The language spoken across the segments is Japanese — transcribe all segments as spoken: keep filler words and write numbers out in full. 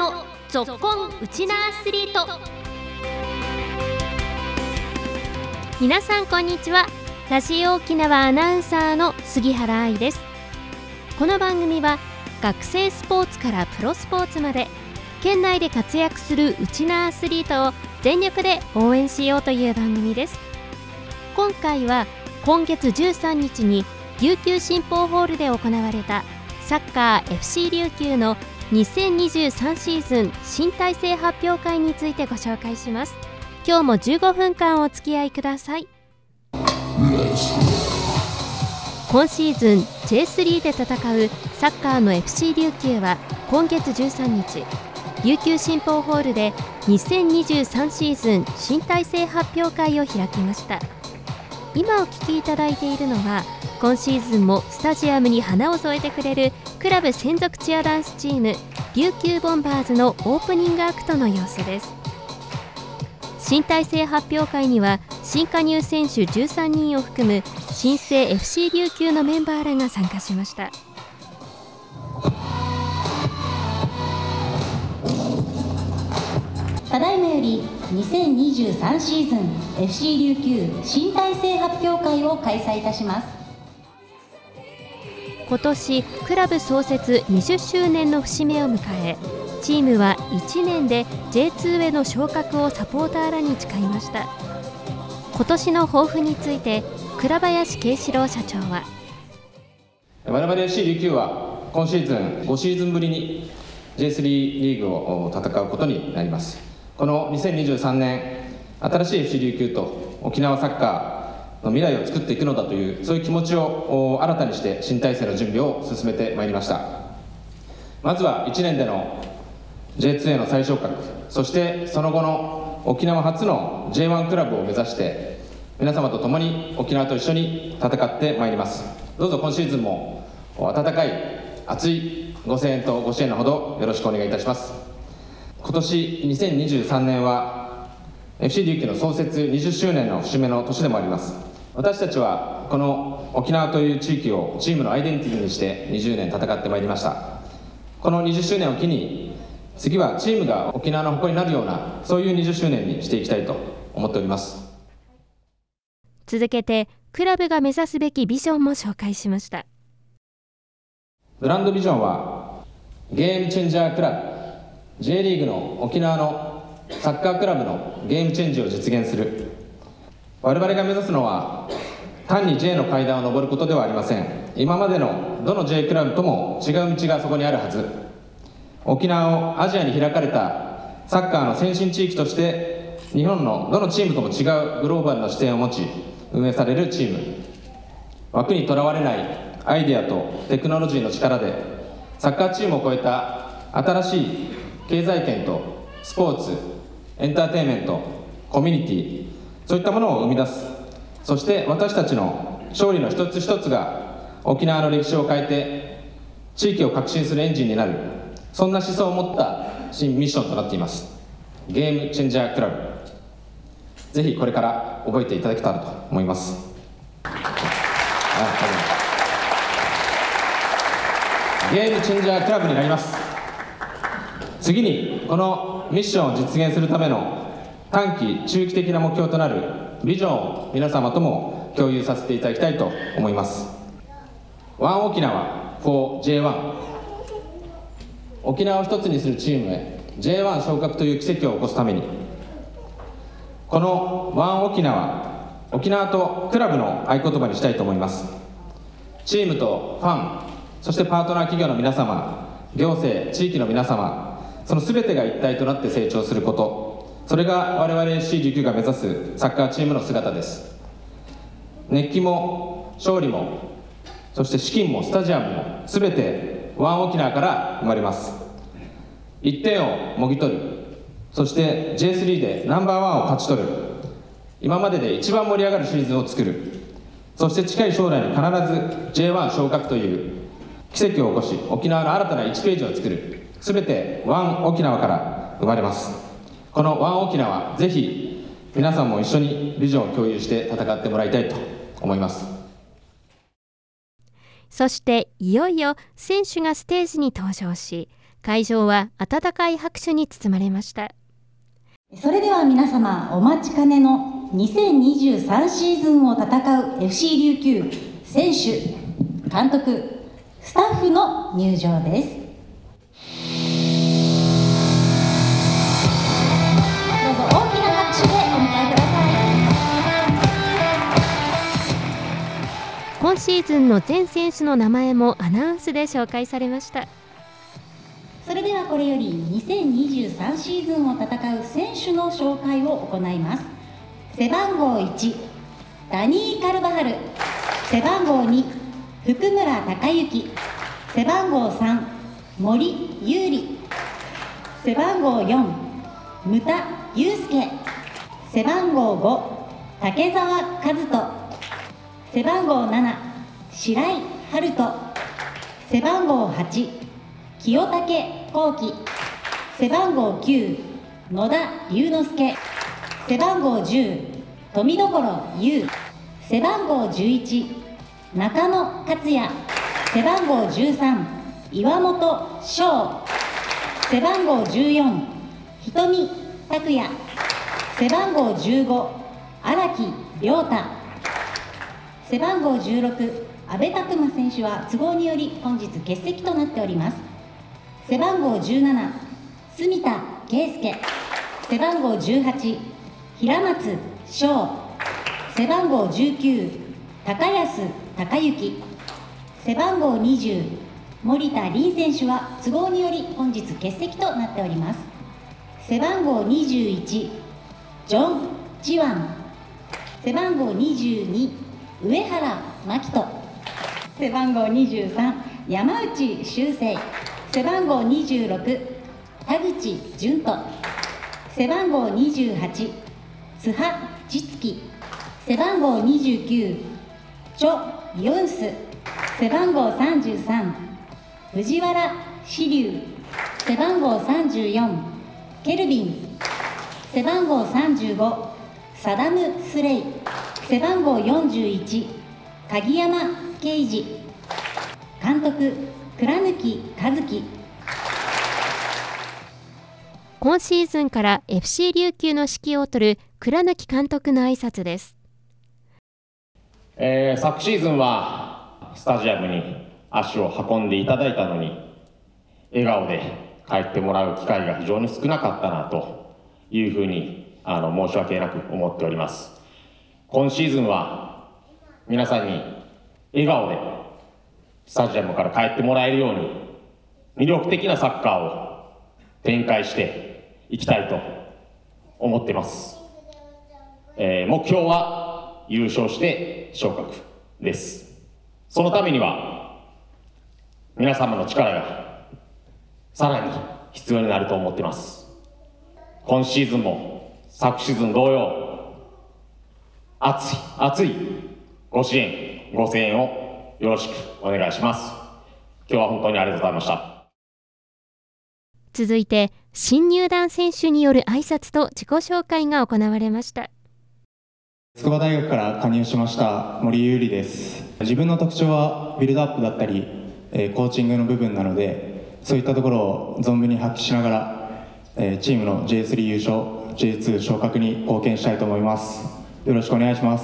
のぞっこんウチナアスリート。皆さんこんにちは。ラジオ沖縄アナウンサーの杉原愛です。この番組は学生スポーツからプロスポーツまで県内で活躍するウチナアスリートを全力で応援しようという番組です。今回は今月じゅうさんにちに琉球新報ホールで行われたサッカー エフシー 琉球のにせんにじゅうさんシーズン新体制発表会についてご紹介します。今日もじゅうごふんかんお付き合いください。今シーズン ジェイスリー で戦うサッカーの エフシー 琉球は今月じゅうさんにち琉球新報ホールでにせんにじゅうさんシーズン新体制発表会を開きました。今お聞きいただいているのは今シーズンもスタジアムに花を添えてくれるクラブ専属チアダンスチーム琉球ボンバーズのオープニングアクトの様子です。新体制発表会には新加入選手じゅうさんにんを含む新生 エフシー 琉球のメンバーらが参加しました。 ただいまよりにせんにじゅうさんシーズン エフシー 琉球新体制発表会を開催いたします。 今年クラブ創設にじゅっしゅうねんの節目を迎え、チームはいちねんで ジェイツー への昇格をサポーターらに誓いました。今年の抱負について倉林慶志郎社長は、 我々 エフシー 琉球は今シーズンごシーズンぶりに ジェイスリー リーグを戦うことになります。このにせんにじゅうさんねん、新しい エフシー 琉球と沖縄サッカーの未来を作っていくのだという、そういう気持ちを新たにして新体制の準備を進めてまいりました。まずはいちねんでの ジェイツー への再昇格、そしてその後の沖縄初の ジェイワン クラブを目指して皆様と共に沖縄と一緒に戦ってまいります。どうぞ今シーズンも温かい熱いご声援とご支援のほどよろしくお願いいたします。今年にせんにじゅうさんねんは エフシー 琉球の創設にじゅっしゅうねんの節目の年でもあります。私たちはこの沖縄という地域をチームのアイデンティティにしてにじゅうねん戦ってまいりました。このにじゅっしゅうねんを機に次はチームが沖縄の誇りになるような、そういうにじゅっしゅうねんにしていきたいと思っております。 続けてクラブが目指すべきビジョンも紹介しました。 ブランドビジョンはゲームチェンジャークラブ、 J リーグの沖縄のサッカークラブのゲームチェンジを実現する。我々が目指すのは単に J の階段を上ることではありません。今までのどの J クラブとも違う道がそこにあるはず。沖縄をアジアに開かれたサッカーの先進地域として日本のどのチームとも違うグローバルな視点を持ち運営されるチーム。枠にとらわれないアイデアとテクノロジーの力でサッカーチームを超えた新しい経済圏とスポーツ、エンターテインメント、コミュニティ、そういったものを生み出す。そして私たちの勝利の一つ一つが沖縄の歴史を変えて地域を革新するエンジンになる、そんな思想を持った新ミッションとなっています。ゲームチェンジャークラブ、ぜひこれから覚えていただけたらと思います。ゲームチェンジャークラブになります。次にこのミッションを実現するための短期中期的な目標となるビジョンを皆様とも共有させていただきたいと思います。ワン沖縄 フォージェイワン、 沖縄を一つにするチームへ ジェイワン 昇格という奇跡を起こすために、このワン沖縄、沖縄とクラブの合言葉にしたいと思います。チームとファン、そしてパートナー企業の皆様、行政、地域の皆様、その全てが一体となって成長すること、それが我々 エフシー 琉球が目指すサッカーチームの姿です。熱気も勝利も、そして資金もスタジアムも全てワン沖縄から生まれます。いってんをもぎ取る、そして ジェイスリー でナンバーワンを勝ち取る、今までで一番盛り上がるシーズンを作る、そして近い将来に必ず ジェイワン 昇格という奇跡を起こし沖縄の新たないちページを作る、全てワン沖縄から生まれます。このワン沖縄、ぜひ皆さんも一緒にビジョンを共有して戦ってもらいたいと思います。 そしていよいよ選手がステージに登場し、 会場は温かい拍手に包まれました。 それでは皆様、お待ちかねのにせんにじゅうさんシーズンを戦う エフシー 琉球選手、監督、スタッフの入場です。どうぞ大きな拍手でお迎えください。今シーズンの全選手の名前もアナウンスで紹介されました。 それではこれよりにせんにじゅうさんシーズンを戦う選手の紹介を行います。背番号いち、ダニー・カルバハル。背番号に、福村孝之。背番号さん、森優里。背番号よん、牟田祐介。背番号ご、竹澤和人。背番号なな、白井春人。背番号はち、清武幸喜。背番号きゅう、野田龍之介。背番号じゅう、富所優。背番号じゅういち、中野克也。背番号じゅうさん、岩本翔。背番号じゅうよん、瞳拓也。背番号じゅうご、荒木亮太。背番号じゅうろく、阿部拓磨選手は都合により本日欠席となっております。背番号じゅうなな、住田圭介。背番号じゅうはち、平松翔。背番号じゅうきゅう、高安孝之。背番号にじゅう、森田凛選手は都合により本日欠席となっております。背番号にじゅういち、ジョン・ジワン。背番号にじゅうに、上原真人。背番号にじゅうさん、山内修正。背番号にじゅうろく、田口純人。背番号にじゅうはち、津波実樹。背番号にじゅうきゅう、チョ・ユンス。背番号さんじゅうさん、藤原志龍。背番号さんじゅうよん、ケルビン。背番号さんじゅうご、サダム・スレイ。背番号よんじゅういち、鍵山圭司。監督、倉貫和樹。 今シーズンから エフシー 琉球の指揮を執る倉貫監督の挨拶です。 えー、昨シーズンはスタジアムに足を運んでいただいたのに、笑顔で帰ってもらう機会が非常に少なかったなというふうにあの申し訳なく思っております。今シーズンは皆さんに笑顔でスタジアムから帰ってもらえるように魅力的なサッカーを展開していきたいと思っています。えー、目標は優勝して昇格です。そのためには皆様の力がさらに必要になると思っています。今シーズンも昨シーズン同様、熱い熱いご支援ご声援をよろしくお願いします。今日は本当にありがとうございました。 続いて新入団選手による挨拶と自己紹介が行われました。 筑波大学から加入しました森優里です。自分の特徴はビルドアップだったり、えー、コーチングの部分なので、そういったところを存分に発揮しながら、えー、チームの ジェイスリー 優勝 ジェイツー 昇格に貢献したいと思います。よろしくお願いします。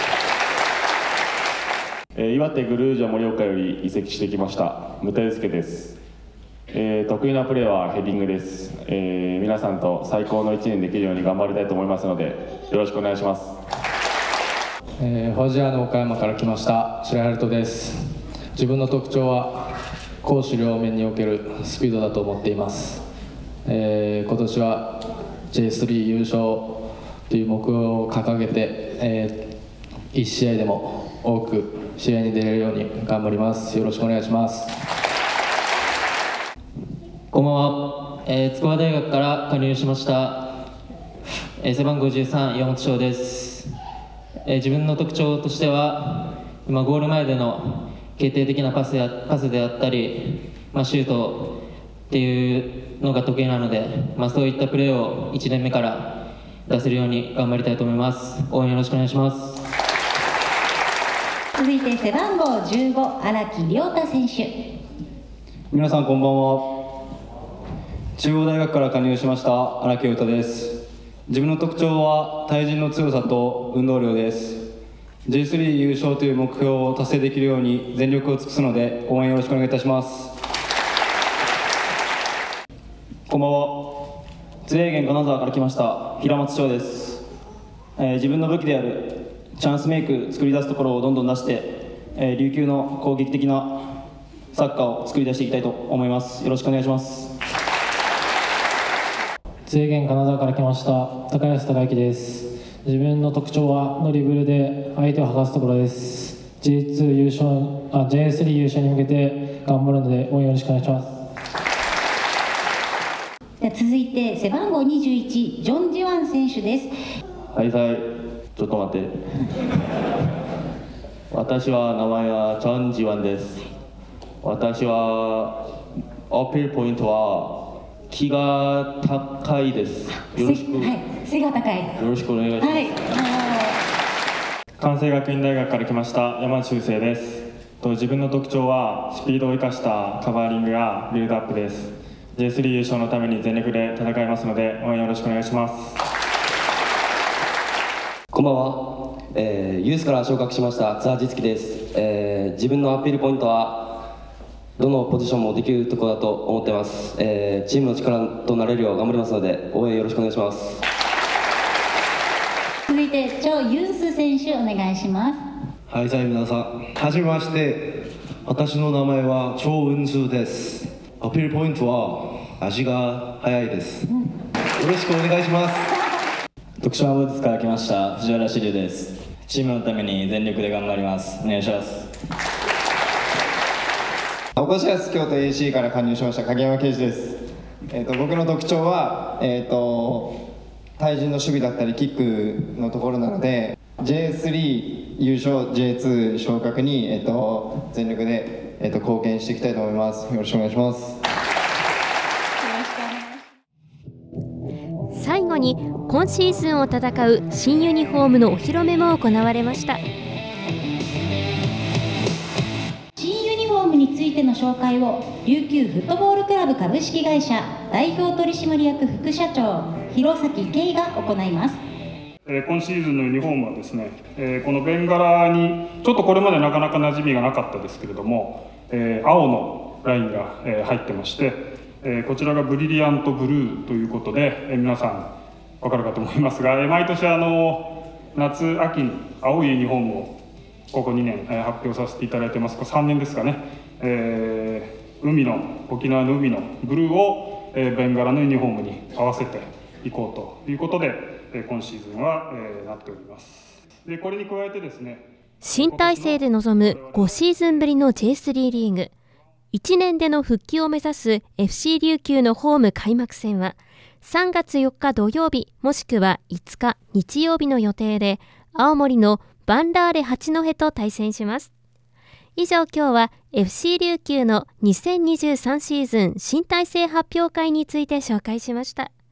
えー、岩手グルージャ盛岡より移籍してきました牟田祐介です。えー、得意なプレーはヘディングです。えー、皆さんと最高のいちねんできるように頑張りたいと思いますので、よろしくお願いします。 えー、ファジアーノ岡山から来ました白井春人です。自分の特徴は攻守両面におけるスピードだと思っています。えー、今年は ジェイスリー 優勝という目標を掲げて、えー、いち試合でも多く試合に出れるように頑張ります。よろしくお願いします。 こんばんは、えー、筑波大学から加入しました、えー、背番号じゅうさん、岩本翔です。えー、自分の特徴としては今ゴール前での決定的なパスやパスであったり、まあ、シュートっていうのが得意なので、まあ、そういったプレーをいちねんめから出せるように頑張りたいと思います。応援よろしくお願いします。 続いて背番号じゅうご、荒木亮太選手。 皆さんこんばんは。 中央大学から加入しました荒木優太です。自分の特徴は対人の強さと運動量です。 ジェイスリー 優勝という目標を達成できるように全力を尽くすので応援よろしくお願いいたします。 こんばんは。津英県金沢から来ました平松翔です。えー、自分の武器であるチャンスメイク作り出すところをどんどん出して、えー、琉球の攻撃的なサッカーを作り出していきたいと思います。よろしくお願いします。 津英県金沢から来ました高安孝之です。自分の特徴はドリブルで相手を剥がすところです。 ジェイツー 優勝あ ジェイスリー 優勝に向けて頑張るので応援よろしくお願いします。 では続いて背番号にじゅういちジョン・ジワン選手です。 はいはい、ちょっと待って私は名前はチョン・ジワンです。私はアピールポイントは気が高いです。よろしく、 はい、背が高い。 よろしくお願いします。はい、 関西学院大学から来ました山内修正です。自分の特徴はスピードを生かしたカバーリングやビルドアップです。 ジェイスリー 優勝のために全力で戦いますので応援よろしくお願いします。 こんばんは、えー、ユースから昇格しました津波実樹です。えー、自分のアピールポイントはどのポジションもできるところだと思っています。えー、チームの力となれるよう頑張りますので応援よろしくお願いします。 続いてチョ・ユンス選手お願いします。 はい、じゃあ皆さんはじめまして。私の名前はチョ・ウンスです。アピールポイントは足が速いです、うん、よろしくお願いします。 徳島ブーツから来ました藤原志龍です。チームのために全力で頑張ります。お願いします。 おこしやす京都 エーシー から加入しました影山圭司です。えー、と僕の特徴は、えー、と対人の守備だったりキックのところなので ジェイスリー 優勝 ジェイツー 昇格に、えー、と全力で、えー、と貢献していきたいと思います。よろしくお願いします。 最後に今シーズンを戦う新ユニフォームのお披露目も行われました。 についての紹介を琉球フットボールクラブ株式会社代表取締役副社長弘崎圭が行います。 えー、今シーズンのユニフォームはですね、えー、このベンガラにちょっとこれまでなかなか馴染みがなかったですけれども、えー、青のラインが、えー、入ってまして、えー、こちらがブリリアントブルーということで、えー、皆さん分かるかと思いますが、えー、毎年あの夏秋に青いユニフォームをここにねん、えー、発表させていただいてます。さんねんですかね。えー、海の沖縄の海のブルーを、えー、ベンガラのユニフォームに合わせていこうということで、えー、今シーズンは、えー、なっております。でこれに加えてですね、 新体制で臨むごシーズンぶりの ジェイスリー リーグ、いちねんでの復帰を目指す エフシー 琉球のホーム開幕戦はさんがつよっか土曜日もしくはいつか日曜日の予定で、青森のバンラーレ八戸と対戦します。以上、今日は エフシー 琉球のにせんにじゅうさんシーズン新体制発表会について紹介しました。